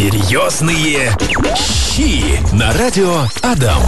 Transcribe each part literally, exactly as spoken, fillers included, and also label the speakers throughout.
Speaker 1: Серьезные щи на радио Адам.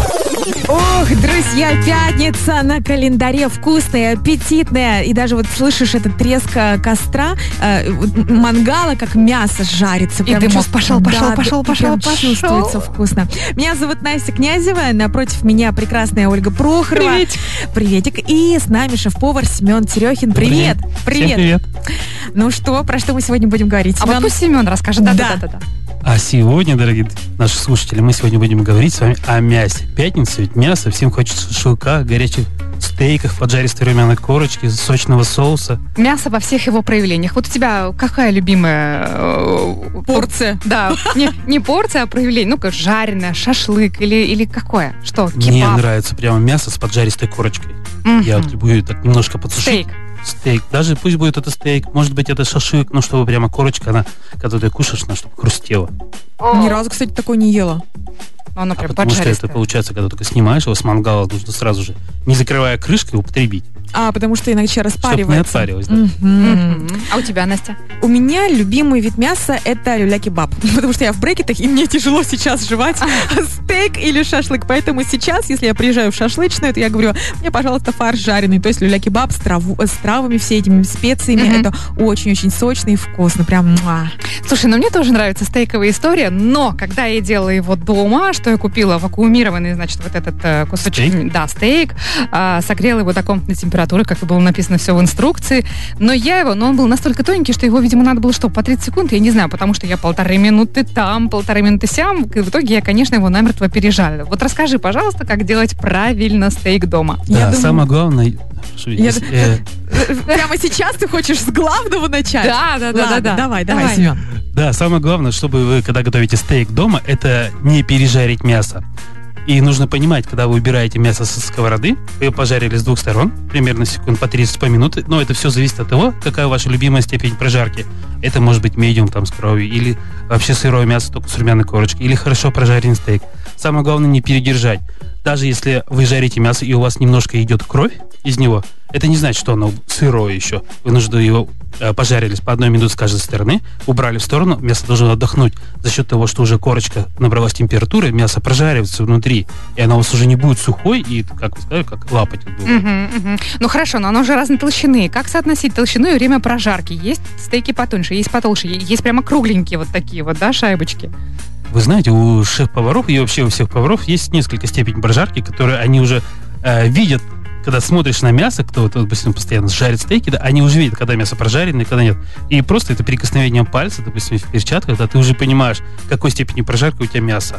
Speaker 2: Ох, друзья, пятница на календаре, вкусная, аппетитная. И даже вот слышишь этот треск костра, э, мангала, как мясо жарится.
Speaker 3: И дымок
Speaker 2: чувств...
Speaker 3: пошел, пошел,
Speaker 2: да,
Speaker 3: пошел, пошел,
Speaker 2: пошел.
Speaker 3: Чувствуется
Speaker 2: вкусно. Меня зовут Настя Князева, напротив меня прекрасная Ольга Прохорова.
Speaker 3: Приветик.
Speaker 2: Приветик. И с нами шеф-повар Семен Терехин. Привет. Привет.
Speaker 4: Всем привет.
Speaker 2: Ну что, про что мы сегодня будем говорить?
Speaker 3: А
Speaker 2: Семен?
Speaker 3: вот пусть Семен расскажет. Да, да, да, да.
Speaker 4: А сегодня, дорогие наши слушатели, мы сегодня будем говорить с вами о мясе. Пятница, ведь мясо, всем хочется шашлыка, горячих стейков, поджаристой румяной корочки, сочного соуса.
Speaker 3: Мясо во всех его проявлениях. Вот у тебя какая любимая э,
Speaker 2: порция?
Speaker 3: Да, не, не порция, а проявление. Ну-ка, жареное, шашлык или, или какое? Что, кебаб?
Speaker 4: Мне нравится прямо мясо с поджаристой корочкой.
Speaker 3: Mm-hmm.
Speaker 4: Я вот люблю так немножко подсушить.
Speaker 3: Стейк.
Speaker 4: Стейк. Даже пусть будет это стейк, может быть, это шашлык, но чтобы прямо корочка, она, когда ты кушаешь, она чтобы хрустела.
Speaker 2: Ни разу, кстати, такой не ела.
Speaker 3: Оно
Speaker 4: А
Speaker 3: прям
Speaker 4: потому что
Speaker 3: поджаристое.
Speaker 4: это получается, когда только снимаешь его с мангала, нужно сразу же, не закрывая крышкой, употребить.
Speaker 2: А, потому что иначе
Speaker 4: Чтобы не
Speaker 2: распаривается.
Speaker 4: отпаривалось, да.
Speaker 2: Мгм.
Speaker 3: Мгм. А у тебя, Настя?
Speaker 2: У меня любимый вид мяса – это люля-кебаб. Потому что я в брекетах, и мне тяжело сейчас жевать стейк или шашлык. Поэтому сейчас, если я приезжаю в шашлычную, то я говорю, мне, пожалуйста, фарш жареный. То есть люля-кебаб с, траву- с травами, все этими специями.
Speaker 3: Мгм.
Speaker 2: Это очень-очень сочно и вкусно. Прям муа.
Speaker 3: Слушай, ну мне тоже нравится стейковая история, но когда я делала его дома, что я купила вакуумированный, значит, вот этот э, кусочек,
Speaker 4: Стейк?
Speaker 3: да, стейк, а, согрела его до комнатной температуры, как и было написано все в инструкции, но я его, но он был настолько тоненький, что его, видимо, надо было что, по тридцать секунд, я не знаю, потому что я полторы минуты там, полторы минуты сям, и в итоге я, конечно, его намертво пережарила. Вот расскажи, пожалуйста, как делать правильно стейк дома.
Speaker 4: Да,
Speaker 2: Я думаю-
Speaker 4: самое главное, что
Speaker 2: Я-
Speaker 4: если, э,
Speaker 2: Прямо сейчас ты хочешь с главного начать?
Speaker 3: Да, да, да,
Speaker 2: Ладно,
Speaker 3: да, да.
Speaker 2: давай, давай,
Speaker 3: Давай.
Speaker 2: Семен.
Speaker 4: да, самое главное, чтобы вы, когда готовите стейк дома, это не пережарить мясо. И нужно понимать, когда вы убираете мясо со сковороды, вы его пожарили с двух сторон, примерно секунд по тридцать по минуте, но это все зависит от того, какая ваша любимая степень прожарки. Это может быть медиум там с кровью, или вообще сырое мясо только с румяной корочкой, или хорошо прожаренный стейк. Самое главное не передержать. Даже если вы жарите мясо и у вас немножко идет кровь из него, это не значит, что оно сырое еще. Вы нужно его э, пожарили по одной минуте с каждой стороны, убрали в сторону, мясо должно отдохнуть. За счет того, что уже корочка набралась температуры, мясо прожаривается внутри, и оно у вас уже не будет сухой и, как вы сказали, как лапать вот будет.
Speaker 3: Мгм, мгм. Ну хорошо, но оно уже разной толщины. Как соотносить толщину и время прожарки? Есть стейки потоньше, есть потолще, е- есть прямо кругленькие вот такие вот, да, шайбочки.
Speaker 4: Вы знаете, у шеф-поваров и вообще у всех поваров есть несколько степеней прожарки, которые они уже э, видят, когда смотришь на мясо, кто, вот, допустим, постоянно жарит стейки, да, они уже видят, когда мясо прожарено и когда нет. И просто это прикосновением пальца, допустим, в перчатках, да, ты уже понимаешь, какой степени прожарки у тебя мясо.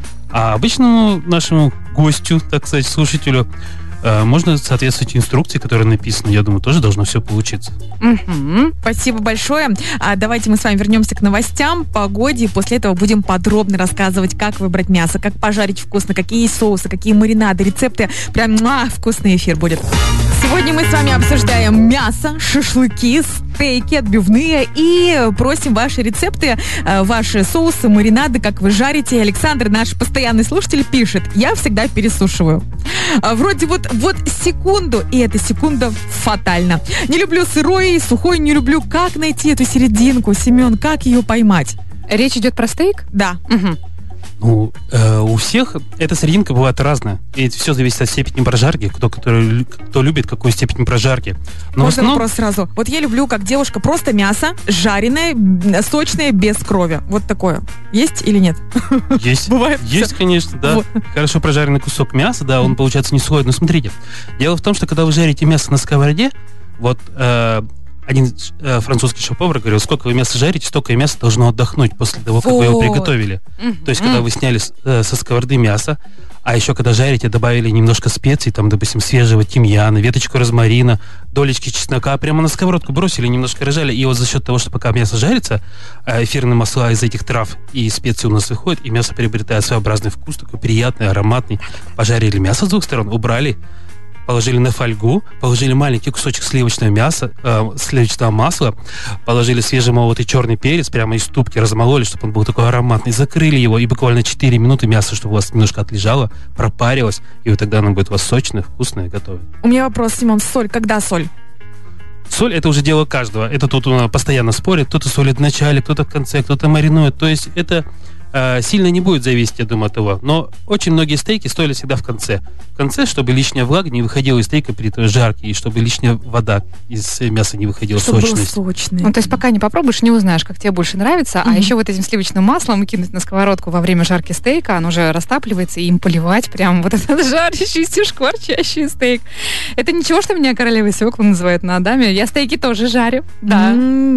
Speaker 4: А обычному нашему гостю, так сказать, слушателю, э, можно соответствовать инструкции, которые написаны. Я думаю, тоже должно все получиться.
Speaker 3: Мгм.
Speaker 2: Спасибо большое. А давайте мы с вами вернемся к новостям, погоде, и после этого будем подробно рассказывать, как выбрать мясо, как пожарить вкусно, какие есть соусы, какие маринады, рецепты. Прям муа, вкусный эфир будет. Сегодня мы с вами обсуждаем мясо, шашлыки, стейки, отбивные и просим ваши рецепты, э, ваши соусы, маринады, как вы жарите. Александр, наш постоянный слушатель, пишет: я всегда пересушиваю. А, Вроде вот, вот секунду, и эта секунда фатальна. Не люблю сырой, сухой не люблю. Как найти эту серединку, Семен, как ее поймать?
Speaker 3: Речь идет про стейк?
Speaker 2: Да.
Speaker 3: Мгм.
Speaker 4: Ну, э, у всех эта серединка бывает разная. И это все зависит от степени прожарки, кто, который, кто любит какую степень прожарки. Но в
Speaker 2: Можно
Speaker 4: основном,
Speaker 2: вопрос сразу? Вот я люблю, как девушка, просто мясо, жареное, м, сочное, без крови. Вот такое. Есть или нет?
Speaker 4: есть,
Speaker 2: Бывает
Speaker 4: есть,
Speaker 2: всё.
Speaker 4: конечно, да.
Speaker 2: Вот.
Speaker 4: Хорошо прожаренный кусок мяса, да, он получается не сухой. Но смотрите, дело в том, что когда вы жарите мясо на сковороде, вот э, один э, французский шеф-повар говорил, сколько вы мяса жарите, столько и мясо должно отдохнуть после того, как вы его
Speaker 2: Вот.
Speaker 4: приготовили.
Speaker 3: Мгм.
Speaker 4: То есть, когда вы сняли с- э, со сковороды мясо, а еще когда жарите, добавили немножко специй, там, допустим, свежего тимьяна, веточку розмарина, долечки чеснока, прямо на сковородку бросили, немножко рожали, и вот за счет того, что пока мясо жарится, э, эфирные масла из этих трав и специй у нас выходят, и мясо приобретает своеобразный вкус, такой приятный, ароматный. Пожарили мясо с двух сторон, убрали, положили на фольгу, положили маленький кусочек сливочного мяса, э, сливочного масла, положили свежемолотый черный перец прямо из тубки, размололи, чтобы он был такой ароматный, закрыли его, и буквально четыре минуты мясо, чтобы у вас немножко отлежало, пропарилось, и вот тогда оно будет у вас сочное, вкусное, готовое.
Speaker 2: У меня вопрос, Семен, соль. Когда соль?
Speaker 4: Соль — это уже дело каждого. Это тут uh, постоянно спорят. Кто-то солит в начале, кто-то в конце, кто-то маринует. То есть это uh, сильно не будет зависеть, я думаю, от того. Но очень многие стейки стоили всегда в конце. В конце, чтобы лишняя влага не выходила из стейка при той жарке, и чтобы лишняя вода из мяса не выходила,
Speaker 2: чтобы
Speaker 4: сочность.
Speaker 2: Было сочное.
Speaker 3: Ну, то есть пока не попробуешь, не узнаешь, как тебе больше нравится. Mm-hmm. А еще вот этим сливочным маслом кинуть на сковородку во время жарки стейка, оно уже растапливается, и им поливать прям вот этот жарящийся, шкварчащий стейк. Это ничего, что меня королевой свекла называют на Адаме. Я стейки тоже жарю. Да.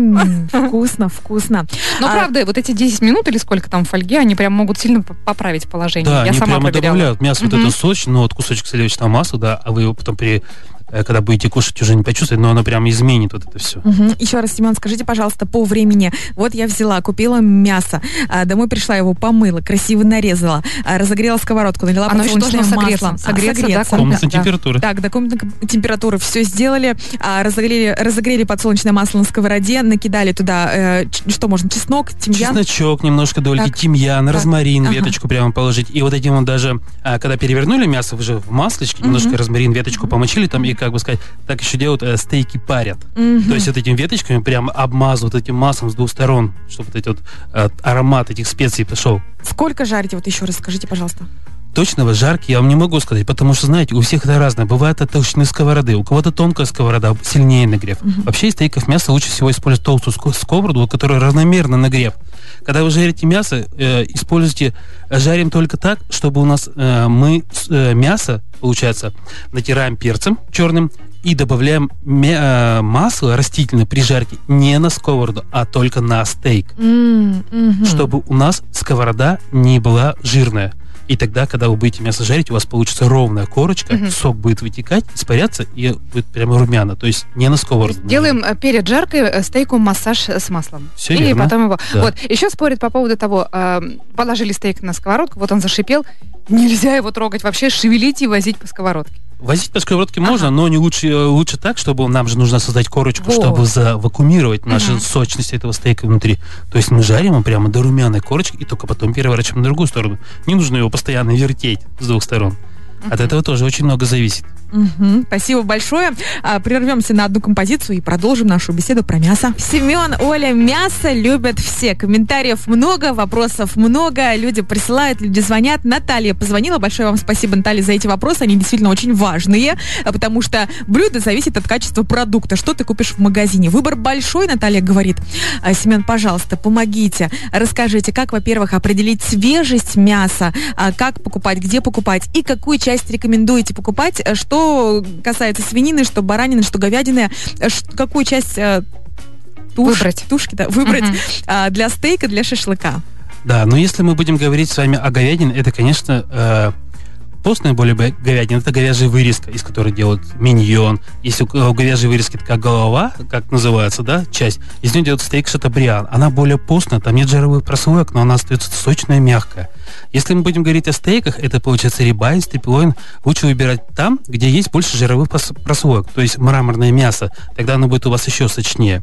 Speaker 2: Вкусно, вкусно.
Speaker 3: Но правда, вот эти десять минут или сколько там фольги, они прям могут сильно поправить положение.
Speaker 4: Да,
Speaker 3: я
Speaker 4: они
Speaker 3: сама
Speaker 4: прямо
Speaker 3: проверяла.
Speaker 4: добавляют мясо, вот это сочное, но вот кусочек сливочного масла, да, а вы его потом при когда будете кушать, уже не почувствуете, но оно прям изменит вот это все.
Speaker 2: Угу. Еще раз, Семен, скажите, пожалуйста, по времени. Вот я взяла, купила мясо, домой пришла, его помыла, красиво нарезала, разогрела сковородку, налила
Speaker 3: оно
Speaker 2: подсолнечное масло.
Speaker 3: Согреться, согреться,
Speaker 2: согреться.
Speaker 3: Да,
Speaker 4: комнатной
Speaker 3: да.
Speaker 4: температуры.
Speaker 2: Так, до комнатной температуры все сделали, разогрели, разогрели подсолнечное масло на сковороде, накидали туда, э, что можно, чеснок, тимьян?
Speaker 4: Чесночок, немножко дольки,
Speaker 2: так.
Speaker 4: тимьян,
Speaker 2: так.
Speaker 4: розмарин,
Speaker 2: ага.
Speaker 4: веточку прямо положить. И вот этим вот даже, когда перевернули мясо, вы же в маслечке, угу. немножко розмарин, веточку помочили там, и, как бы сказать, так еще делают, э, стейки парят.
Speaker 2: Mm-hmm.
Speaker 4: То есть вот этими веточками прямо обмазывают этим маслом с двух сторон, чтобы вот этот вот, э, аромат этих специй пошел.
Speaker 2: Сколько жарите? Вот еще раз скажите, пожалуйста.
Speaker 4: Точного жарки я вам не могу сказать, потому что, знаете, у всех это разное. Бывают толщины сковороды, у кого-то тонкая сковорода, сильнее нагрев. Mm-hmm. Вообще из стейков мяса лучше всего использовать толстую сковороду, которая равномерно нагрев. Когда вы жарите мясо, э, используйте, жарим только так, чтобы у нас э, мы э, мясо, получается, натираем перцем черным и добавляем мя- масло растительное при жарке не на сковороду, а только на стейк.
Speaker 2: Mm-hmm.
Speaker 4: Чтобы у нас сковорода не была жирная. И тогда, когда вы будете мясо жарить, у вас получится ровная корочка, mm-hmm. сок будет вытекать, испаряться, и будет прямо румяно. То есть не на сковороду.
Speaker 3: Делаем перед жаркой стейку массаж с маслом.
Speaker 4: Все
Speaker 3: и
Speaker 4: верно.
Speaker 3: потом его...
Speaker 4: Да.
Speaker 3: Вот. Еще спорят по поводу того, э, положили стейк на сковородку, вот он зашипел, нельзя его трогать вообще, шевелить и возить по сковородке.
Speaker 4: Возить по сковородке ага. можно, но не лучше, лучше так, чтобы нам же нужно создать корочку,
Speaker 3: вот.
Speaker 4: чтобы завакуумировать нашу
Speaker 3: угу.
Speaker 4: сочность этого стейка внутри. То есть мы жарим его прямо до румяной корочки и только потом переворачиваем на другую сторону. Не нужно его постоянно вертеть с двух сторон. Угу. От этого тоже очень много зависит.
Speaker 2: Угу. Спасибо большое. А, прервемся на одну композицию и продолжим нашу беседу про мясо. Семен, Оля, мясо любят все. Комментариев много, вопросов много. Люди присылают, люди звонят. Наталья позвонила. Большое вам спасибо, Наталья, за эти вопросы. Они действительно очень важные, потому что блюдо зависит от качества продукта. Что ты купишь в магазине? Выбор большой, Наталья говорит. А, Семен, пожалуйста, помогите. Расскажите, как, во-первых, определить свежесть мяса, а, как покупать, где покупать и какую часть рекомендуете покупать, что касается свинины, что баранины, что говядины, какую часть э, туш,
Speaker 3: выбрать,
Speaker 2: тушки, да, выбрать
Speaker 3: uh-huh.
Speaker 2: э, для стейка, для шашлыка.
Speaker 4: Да, но если мы будем говорить с вами о говядине, это, конечно, э, постная более говядина, это говяжья вырезка, из которой делают миньон. Если у говяжьей вырезки такая голова, как называется, да, часть, из нее делают стейк шатабриан. Она более постная, там нет жировых прослоек, но она остается сочная и мягкая. Если мы будем говорить о стейках, это получается рибай, стриплойн. Лучше выбирать там, где есть больше жировых прослоек, то есть мраморное мясо. Тогда оно будет у вас еще сочнее.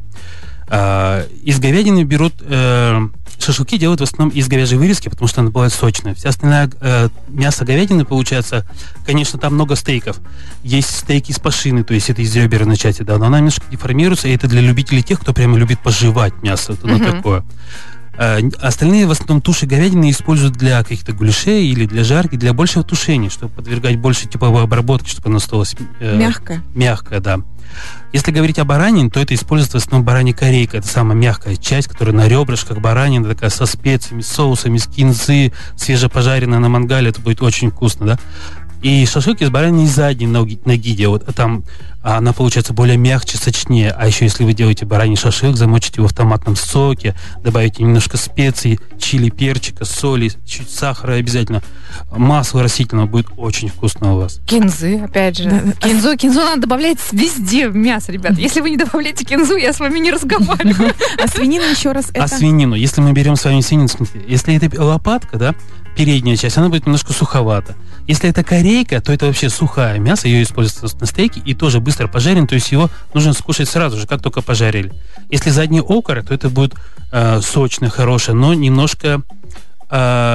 Speaker 4: А, из говядины берут... Э, шашлыки делают в основном из говяжьей вырезки, потому что она бывает сочная. Вся остальная э, мясо говядины, получается, конечно, там много стейков. Есть стейки из пашины, то есть это из реберной части, да, но она немножко деформируется, и это для любителей тех, кто прямо любит пожевать мясо. Это uh-huh. такое. А, остальные в основном туши говядины используют для каких-то гуляшей или для жарки, для большего тушения, чтобы подвергать больше тепловой обработке, чтобы оно стало э,
Speaker 2: мягкое.
Speaker 4: Мягкое, да. Если говорить о баранине, то это используется в основном баранья корейка. Это самая мягкая часть, которая на ребрышках баранина, такая со специями, с соусами, с кинзы, свежепожаренная на мангале. Это будет очень вкусно, да? И шашлык из баранины задней ноги, ноги делают. А там она получается более мягче, сочнее. А еще если вы делаете бараний шашлык, замочите его в томатном соке, добавите немножко специй, чили, перчика, соли, чуть сахара обязательно. Масло растительного будет очень вкусно у вас.
Speaker 3: Кинзы, опять же. Да. Кинзу, кинзу надо добавлять везде в мясо, ребят. Если вы не добавляете кинзу, я с вами не разговариваю.
Speaker 2: А свинина еще раз это?
Speaker 4: А свинину, если мы берем с вами свинину, смотрите, если это лопатка, да, передняя часть, она будет немножко суховата. Если это корейка, то это вообще сухое мясо, ее используется на стейке и тоже быстро пожарен, то есть его нужно скушать сразу же, как только пожарили. Если задний окорок, то это будет э, сочное, хорошее, но немножко э,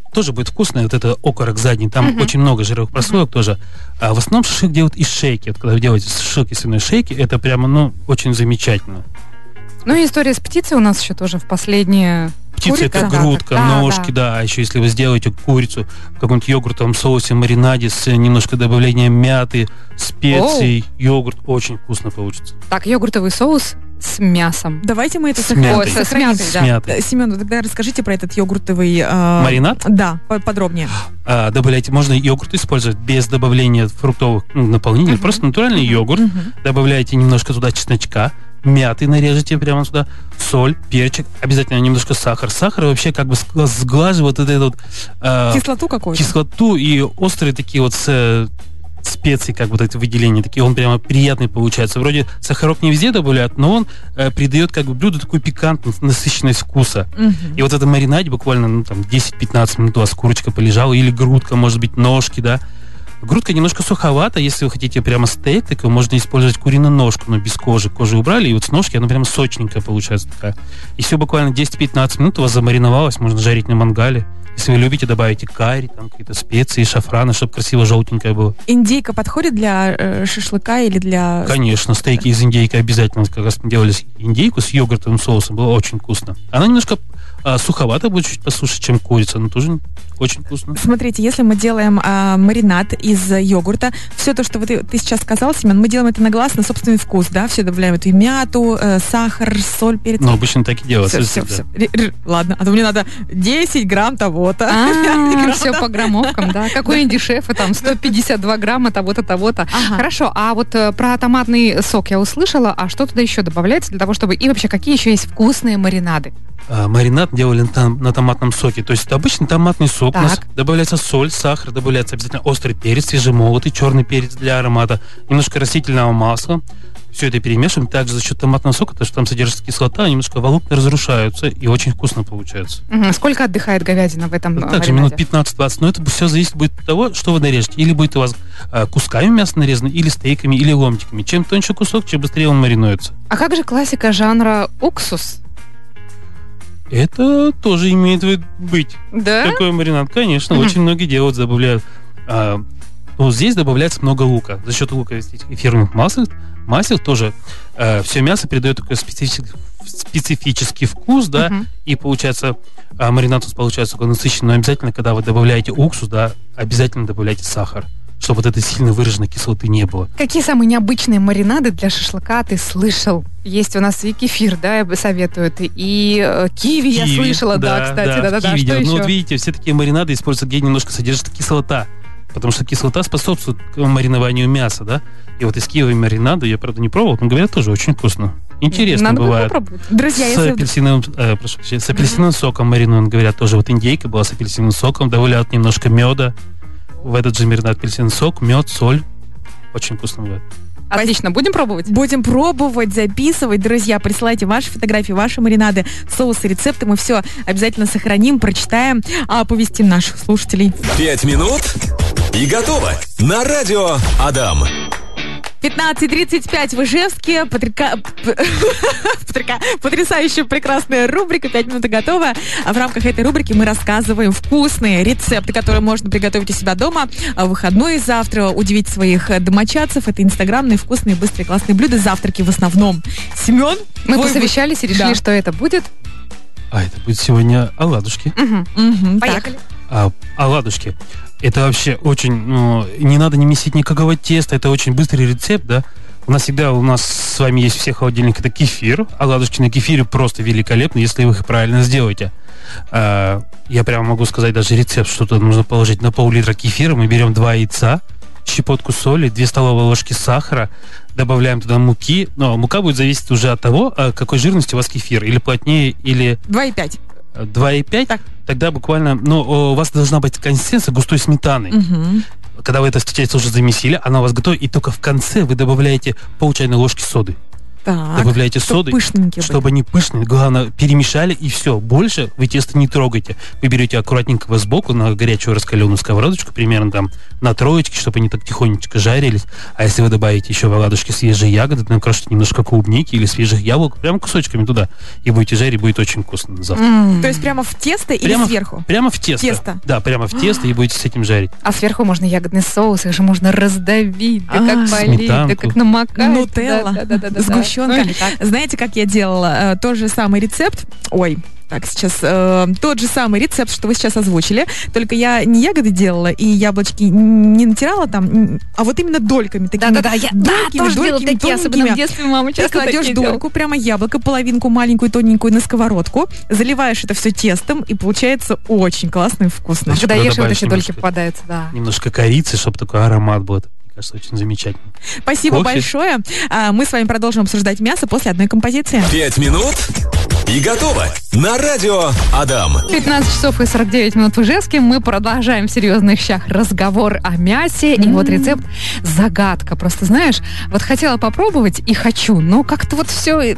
Speaker 4: тоже будет вкусное, вот это окорок задний, там
Speaker 3: Мгм.
Speaker 4: очень много жировых прослоек тоже. А в основном шашлык делают из шейки. Вот когда вы делаете шашлык из свиной шейки, это прямо, ну, очень замечательно.
Speaker 3: Ну и история с птицей у нас еще тоже в последние...
Speaker 4: Птица это
Speaker 3: Курица?
Speaker 4: грудка,
Speaker 3: Да,
Speaker 4: ножки, да. А еще если вы сделаете курицу в каком-нибудь йогуртовом соусе, маринаде с немножко добавлением мяты, специй, йогурт, очень вкусно получится.
Speaker 3: Так, йогуртовый соус с мясом.
Speaker 2: Давайте мы это
Speaker 4: С
Speaker 2: сохраним.
Speaker 4: мятой.
Speaker 3: Ой, с
Speaker 2: Сохраним.
Speaker 3: мятой,
Speaker 4: С
Speaker 3: да.
Speaker 4: мятой.
Speaker 2: Семен, тогда расскажите про этот йогуртовый... э,
Speaker 4: Маринад?
Speaker 2: Да, по- подробнее.
Speaker 4: А, добавляйте, можно йогурт использовать без добавления фруктовых ну, наполнений,
Speaker 3: Мгм.
Speaker 4: просто натуральный йогурт.
Speaker 2: Мгм.
Speaker 4: Добавляете немножко туда чесночка, мяты нарежете прямо сюда, соль, перчик, обязательно немножко сахар. Сахар вообще как бы сгла- сглаживает вот эту вот, а,
Speaker 2: Кислоту какую-то.
Speaker 4: кислоту и острые такие вот с- специи, как вот эти выделения, такие, он прямо приятный получается. Вроде сахарок не везде добавляют, но он э, придает как бы блюду такую пикантность, насыщенность вкуса.
Speaker 2: Мгм.
Speaker 4: И вот это маринад буквально ну, там десять-пятнадцать минут у вас курочка полежала, или грудка, может быть, ножки, да. Грудка немножко суховата, если вы хотите прямо стейк, так можно использовать куриную ножку, но без кожи. Кожу убрали, и вот с ножки она прямо сочненькая получается такая. И все буквально десять-пятнадцать минут у вас замариновалось, можно жарить на мангале. Если вы любите, добавите карри, там какие-то специи, шафраны, чтобы красиво желтенькое было.
Speaker 2: Индейка подходит для э, шашлыка или для...
Speaker 4: Конечно, стейки из индейки обязательно. Как раз мы делали индейку с йогуртовым соусом, было очень вкусно. Она немножко а, суховата будет, чуть посуше, чем курица, но тоже очень вкусно.
Speaker 2: Смотрите, если мы делаем а, маринад из йогурта, все то, что вот ты, ты сейчас сказал, Семен, мы делаем это на глаз, на собственный вкус, да? Все добавляем эту и мяту, э, сахар, соль, перец.
Speaker 4: Но обычно так и делается.
Speaker 2: Все, все,
Speaker 4: да.
Speaker 2: все. Ладно, а то мне надо десять грамм того-то.
Speaker 3: А, все по граммовкам, да. Какой инди-шеф, и там сто пятьдесят два грамма того-то, того-то.
Speaker 2: Ага.
Speaker 3: Хорошо, а вот э, про томатный сок я услышала, а что туда еще добавляется для того, чтобы... И вообще, какие еще есть вкусные маринады?
Speaker 4: А, маринад делали на, на томатном соке. То есть это обычный томатный сок. У нас
Speaker 3: Так.
Speaker 4: добавляется соль, сахар, добавляется обязательно острый перец, свежемолотый, черный перец для аромата, немножко растительного масла. Все это перемешиваем. Также за счет томатного сока, то что там содержится кислота, немножко волокна разрушаются, и очень вкусно получается.
Speaker 3: Мгм. Сколько отдыхает говядина в этом э,
Speaker 4: Также
Speaker 3: маринаде?
Speaker 4: минут пятнадцать-двадцать. Но это все зависит будет от того, что вы нарежете. Или будет у вас а, кусками мяса нарезано, или стейками, или ломтиками. Чем тоньше кусок, чем быстрее он маринуется.
Speaker 3: А как же классика жанра уксус?
Speaker 4: Это тоже имеет в виду быть.
Speaker 3: Да?
Speaker 4: Такой маринад, конечно,
Speaker 3: Мгм.
Speaker 4: очень многие делают, добавляют. А, ну, здесь добавляется много лука. За счет лука эфирных масел, масел тоже все мясо придает такой специфический, специфический вкус, да,
Speaker 3: Мгм.
Speaker 4: и получается а, маринад у вас получается такой насыщенный. Но обязательно, когда вы добавляете уксус, да, обязательно добавляйте сахар, чтобы вот этой сильно выраженной кислоты не было.
Speaker 3: Какие самые необычные маринады для шашлыка ты слышал? Есть у нас и кефир, да, советуют, и э, киви, я
Speaker 4: Киви,
Speaker 3: слышала, да, кстати, да-да-да.
Speaker 4: киви
Speaker 3: Что
Speaker 4: делают.
Speaker 3: еще?
Speaker 4: Ну вот видите, все такие маринады используются, где немножко содержится кислота. Потому что кислота способствует к маринованию мяса, да? И вот из киевой маринада, я, правда, не пробовал, но говорят, тоже очень вкусно. Интересно
Speaker 3: Надо будет
Speaker 4: бывает.
Speaker 3: попробовать.
Speaker 2: Друзья,
Speaker 4: С
Speaker 2: если...
Speaker 4: апельсиновым, э, прошу прощения, с апельсиновым соком маринуют, говорят, тоже вот индейка была с апельсиновым соком, добавляют немножко меда, в этот же маринад апельсиновый сок, мед, соль. Очень вкусно бывает.
Speaker 3: Отлично, будем пробовать?
Speaker 2: Будем пробовать, записывать. Друзья, присылайте ваши фотографии, ваши маринады, соусы, рецепты. Мы все обязательно сохраним, прочитаем, а оповестим наших слушателей.
Speaker 1: Пять минут и готово. На радио Адам.
Speaker 2: пятнадцать тридцать пять в Ижевске. Потряка... Потряка... Потрясающая, прекрасная рубрика «пять минут и готово». А в рамках этой рубрики мы рассказываем вкусные рецепты, которые можно приготовить у себя дома в выходной завтра, удивить своих домочадцев. Это инстаграмные, вкусные, быстрые, классные блюда, завтраки в основном. Семен?
Speaker 3: Мы
Speaker 2: твой
Speaker 3: посовещались и решили,
Speaker 2: Да.
Speaker 3: что это будет.
Speaker 4: А это будет сегодня оладушки.
Speaker 3: Мгм.
Speaker 2: Мгм,
Speaker 3: Поехали.
Speaker 4: А, оладушки. Это вообще очень... Ну, не надо не месить никакого теста. Это очень быстрый рецепт, да. У нас всегда, у нас с вами есть у всех холодильник, это кефир. Оладушки на кефире просто великолепны, если вы их правильно сделаете. А, я прямо могу сказать даже рецепт, что-то нужно положить на пол-литра кефира. Мы берем два яйца, щепотку соли, две столовые ложки сахара, добавляем туда муки. Но мука будет зависеть уже от того, а, какой жирности у вас кефир. Или плотнее, или
Speaker 2: два и пять.
Speaker 4: два и пять.
Speaker 2: Так.
Speaker 4: Тогда буквально, ну, у вас должна быть консистенция густой сметаны.
Speaker 2: Мгм.
Speaker 4: Когда вы это яйцо уже замесили, она у вас готова, и только в конце вы добавляете пол чайной ложки соды.
Speaker 2: Так,
Speaker 4: Добавляете
Speaker 2: чтоб
Speaker 4: соды,
Speaker 2: пышненькие
Speaker 4: чтобы
Speaker 2: были.
Speaker 4: они пышные. Главное, перемешали, и все. Больше вы тесто не трогаете. Вы берете аккуратненько сбоку на горячую раскаленную сковородочку, примерно там на троечке, чтобы они так тихонечко жарились. А если вы добавите еще в оладушки свежие ягоды, то накрошите немножко клубники или свежих яблок, прямо кусочками туда. И будете жарить, будет очень вкусно на завтрак.
Speaker 3: М.
Speaker 2: То есть прямо в тесто или
Speaker 4: Прямо в-
Speaker 2: сверху?
Speaker 4: Прямо в тесто.
Speaker 2: Тесто.
Speaker 4: Да, прямо в тесто, и будете с этим жарить.
Speaker 3: А сверху можно ягодный соус, их же можно раздавить, да
Speaker 2: А,
Speaker 3: как полить, да
Speaker 4: сметанку.
Speaker 3: как намакать.
Speaker 2: Нутелла,
Speaker 3: да, да, да, да, да.
Speaker 2: сгущенка.
Speaker 3: Ну, или так.
Speaker 2: Знаете, как я делала? Э, Тот же самый рецепт. Ой, так, сейчас э, тот же самый рецепт, что вы сейчас озвучили, только я не ягоды делала и яблочки не натирала там, м, а вот именно дольками. Такими
Speaker 3: Да-да-да, я да,
Speaker 2: долькими,
Speaker 3: тоже делала
Speaker 2: долькими,
Speaker 3: такие, особенно в
Speaker 2: тоненькими.
Speaker 3: детстве мама
Speaker 2: Ты
Speaker 3: часто
Speaker 2: кладешь
Speaker 3: такие делала.
Speaker 2: дольку, прямо яблоко, половинку маленькую, тоненькую на сковородку, заливаешь это все тестом, и получается очень классно и вкусно.
Speaker 4: Значит,
Speaker 3: Когда
Speaker 4: надо
Speaker 3: ешь, вот
Speaker 4: добавить
Speaker 3: эти дольки
Speaker 4: немножко.
Speaker 3: попадаются, да.
Speaker 4: Немножко корицы, чтобы такой аромат был. Это, мне кажется, очень замечательно.
Speaker 2: Спасибо
Speaker 4: Кофе.
Speaker 2: большое. А, Мы с вами продолжим обсуждать мясо после одной композиции.
Speaker 1: Пять минут и готово. На радио Адам.
Speaker 3: пятнадцать часов и сорок девять минут в Ижевске. Мы продолжаем в серьезных щах разговор о мясе. И вот рецепт загадка. Просто знаешь, вот хотела попробовать и хочу, но как-то вот все...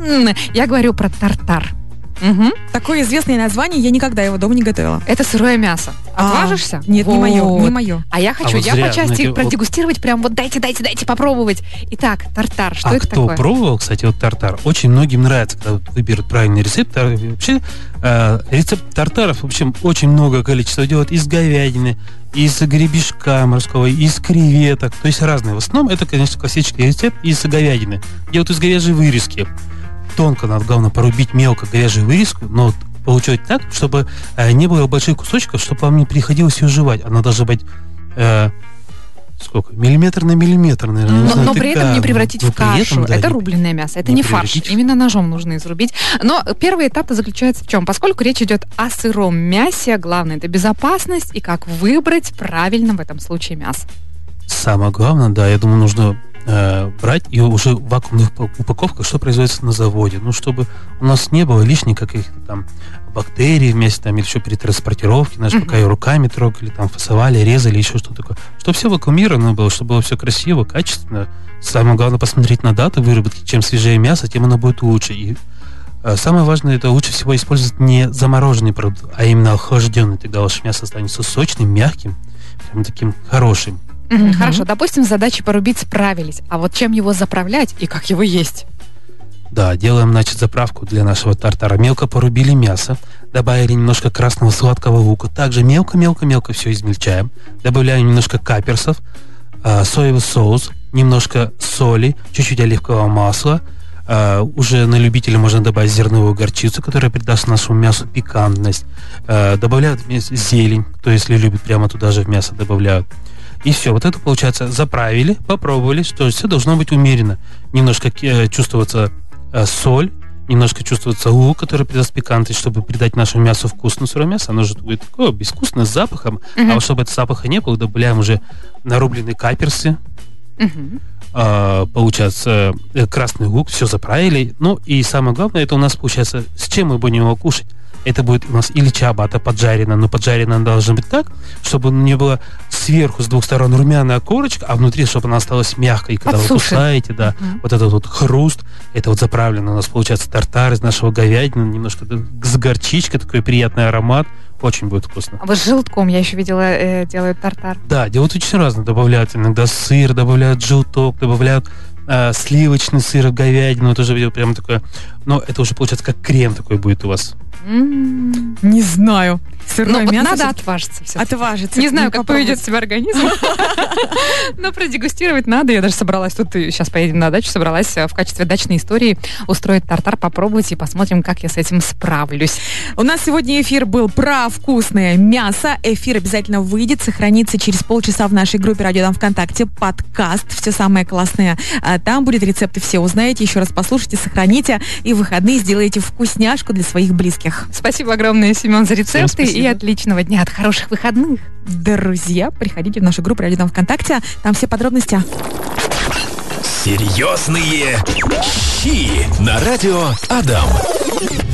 Speaker 3: Я говорю про тартар. Мгм.
Speaker 2: Такое известное название, я никогда его дома не готовила.
Speaker 3: Это сырое мясо. Отважишься?
Speaker 2: А, Нет, не мое,
Speaker 3: Вот.
Speaker 2: не мое.
Speaker 3: А я хочу,
Speaker 4: вот
Speaker 3: я
Speaker 4: зря,
Speaker 3: по части
Speaker 4: знаете, вот-
Speaker 3: продегустировать, прям вот дайте, дайте, дайте попробовать. Итак, тартар, что
Speaker 4: а
Speaker 3: это
Speaker 4: кто
Speaker 3: такое?
Speaker 4: пробовал, кстати, вот тартар, очень многим нравится, когда вот выберут правильный рецепт. Тар- Вообще, э, рецепт тартаров, в общем, очень много количества делают из говядины, из гребешка морского, из креветок, то есть разные. В основном это, конечно, классический рецепт из говядины. Делают из говяжьей вырезки. Тонко надо, главное, порубить мелко говяжью вырезку, но вот получать так, чтобы э, не было больших кусочков, чтобы вам не приходилось ее жевать. Она должна быть э, сколько? Миллиметр на миллиметр, наверное. не
Speaker 3: Но,
Speaker 4: знаю,
Speaker 3: но при этом
Speaker 4: такая.
Speaker 3: не превратить
Speaker 4: Но
Speaker 3: в
Speaker 4: при
Speaker 3: кашу.
Speaker 4: этом, да,
Speaker 3: это
Speaker 4: не-
Speaker 3: рубленное мясо, это
Speaker 4: не
Speaker 3: не фарш.
Speaker 4: превратить.
Speaker 3: Именно ножом нужно изрубить. Но первый этап заключается в чем? Поскольку речь идет о сыром мясе, главное это безопасность и как выбрать правильно в этом случае мясо.
Speaker 4: Самое главное, да, я думаю, нужно э, брать ее уже в вакуумных упак- упаковках, что производится на заводе. Ну, чтобы у нас не было лишних каких-то там бактерий вместе там или еще при транспортировке, знаешь,
Speaker 3: Мгм.
Speaker 4: пока ее руками трогали, там фасовали, резали, еще что-то такое. Чтобы все вакуумировано было, чтобы было все красиво, качественно. Самое главное посмотреть на дату выработки. Чем свежее мясо, тем оно будет лучше. И э, самое важное, это лучше всего использовать не замороженный продукт, а именно охлажденный. Тогда ваше мясо останется сочным, мягким, прям таким хорошим.
Speaker 3: Мгм,
Speaker 2: Мгм.
Speaker 3: Хорошо, допустим, задачи порубить справились. А вот чем его заправлять и как его есть?
Speaker 4: Да, делаем, значит, заправку для нашего тартара. Мелко порубили мясо, добавили немножко красного сладкого лука, также мелко-мелко-мелко все измельчаем, добавляем немножко каперсов, а, соевый соус, немножко соли, чуть-чуть оливкового масла. А, уже на любителя можно добавить зерновую горчицу, которая придаст нашему мясу пикантность. А, добавляют вместе зелень, кто если любит, прямо туда же в мясо добавляют. И все, вот это получается, заправили, попробовали, что все должно быть умеренно. Немножко э, чувствоваться э, соль, немножко чувствуется лук, который придаст пикантность, чтобы придать нашему мясу вкус. Но сырое мясо, оно же будет такое безвкусное, с запахом.
Speaker 3: Мгм.
Speaker 4: А вот чтобы этого запаха не было, добавляем уже нарубленные каперсы,
Speaker 3: Мгм.
Speaker 4: а, получается, э, красный лук, все заправили. Ну и самое главное, это у нас получается, с чем мы будем его кушать. Это будет у нас или чиабатта поджарена, но поджарена она должна быть так, чтобы не было сверху с двух сторон румяная корочка, а внутри, чтобы она осталась мягкой. И когда
Speaker 3: От
Speaker 4: вы
Speaker 3: суши.
Speaker 4: кусаете, да,
Speaker 3: Мгм.
Speaker 4: вот этот вот хруст, это вот заправлено у нас получается тартар из нашего говядины, немножко да, с горчичкой, такой приятный аромат. Очень будет вкусно.
Speaker 3: А вот с желтком я еще видела, э, делают тартар.
Speaker 4: Да, делают очень разно. Добавляют иногда сыр, добавляют желток, добавляют э, сливочный сыр в говядину. Это уже видел прямо такое. Но это уже получается как крем такой будет у вас.
Speaker 3: М.
Speaker 2: Не знаю. Сырое
Speaker 3: Ну, вот
Speaker 2: мясо
Speaker 3: надо
Speaker 2: всё-таки
Speaker 3: отважиться все-таки.
Speaker 2: отважиться.
Speaker 3: Не знаю,
Speaker 2: Ну,
Speaker 3: как
Speaker 2: попробовать.
Speaker 3: поведет себя организм, но продегустировать надо. Я даже собралась, тут сейчас поедем на дачу, собралась э, в качестве дачной истории устроить тартар, попробовать и посмотрим, как я с этим справлюсь.
Speaker 2: У нас сегодня эфир был про вкусное мясо. Эфир обязательно выйдет, сохранится через полчаса в нашей группе «Радио Дам ВКонтакте». Подкаст, все самое классное. А там будет рецепты, все узнаете. Еще раз послушайте, сохраните. И в выходные сделаете вкусняшку для своих близких.
Speaker 3: Спасибо огромное, Семен, за рецепты
Speaker 4: спасибо.
Speaker 3: и отличного дня. От хороших выходных.
Speaker 2: Друзья, приходите в нашу группу «Радио Дам ВКонтакте». Там все подробности.
Speaker 1: Серьезные щи на радио Адам.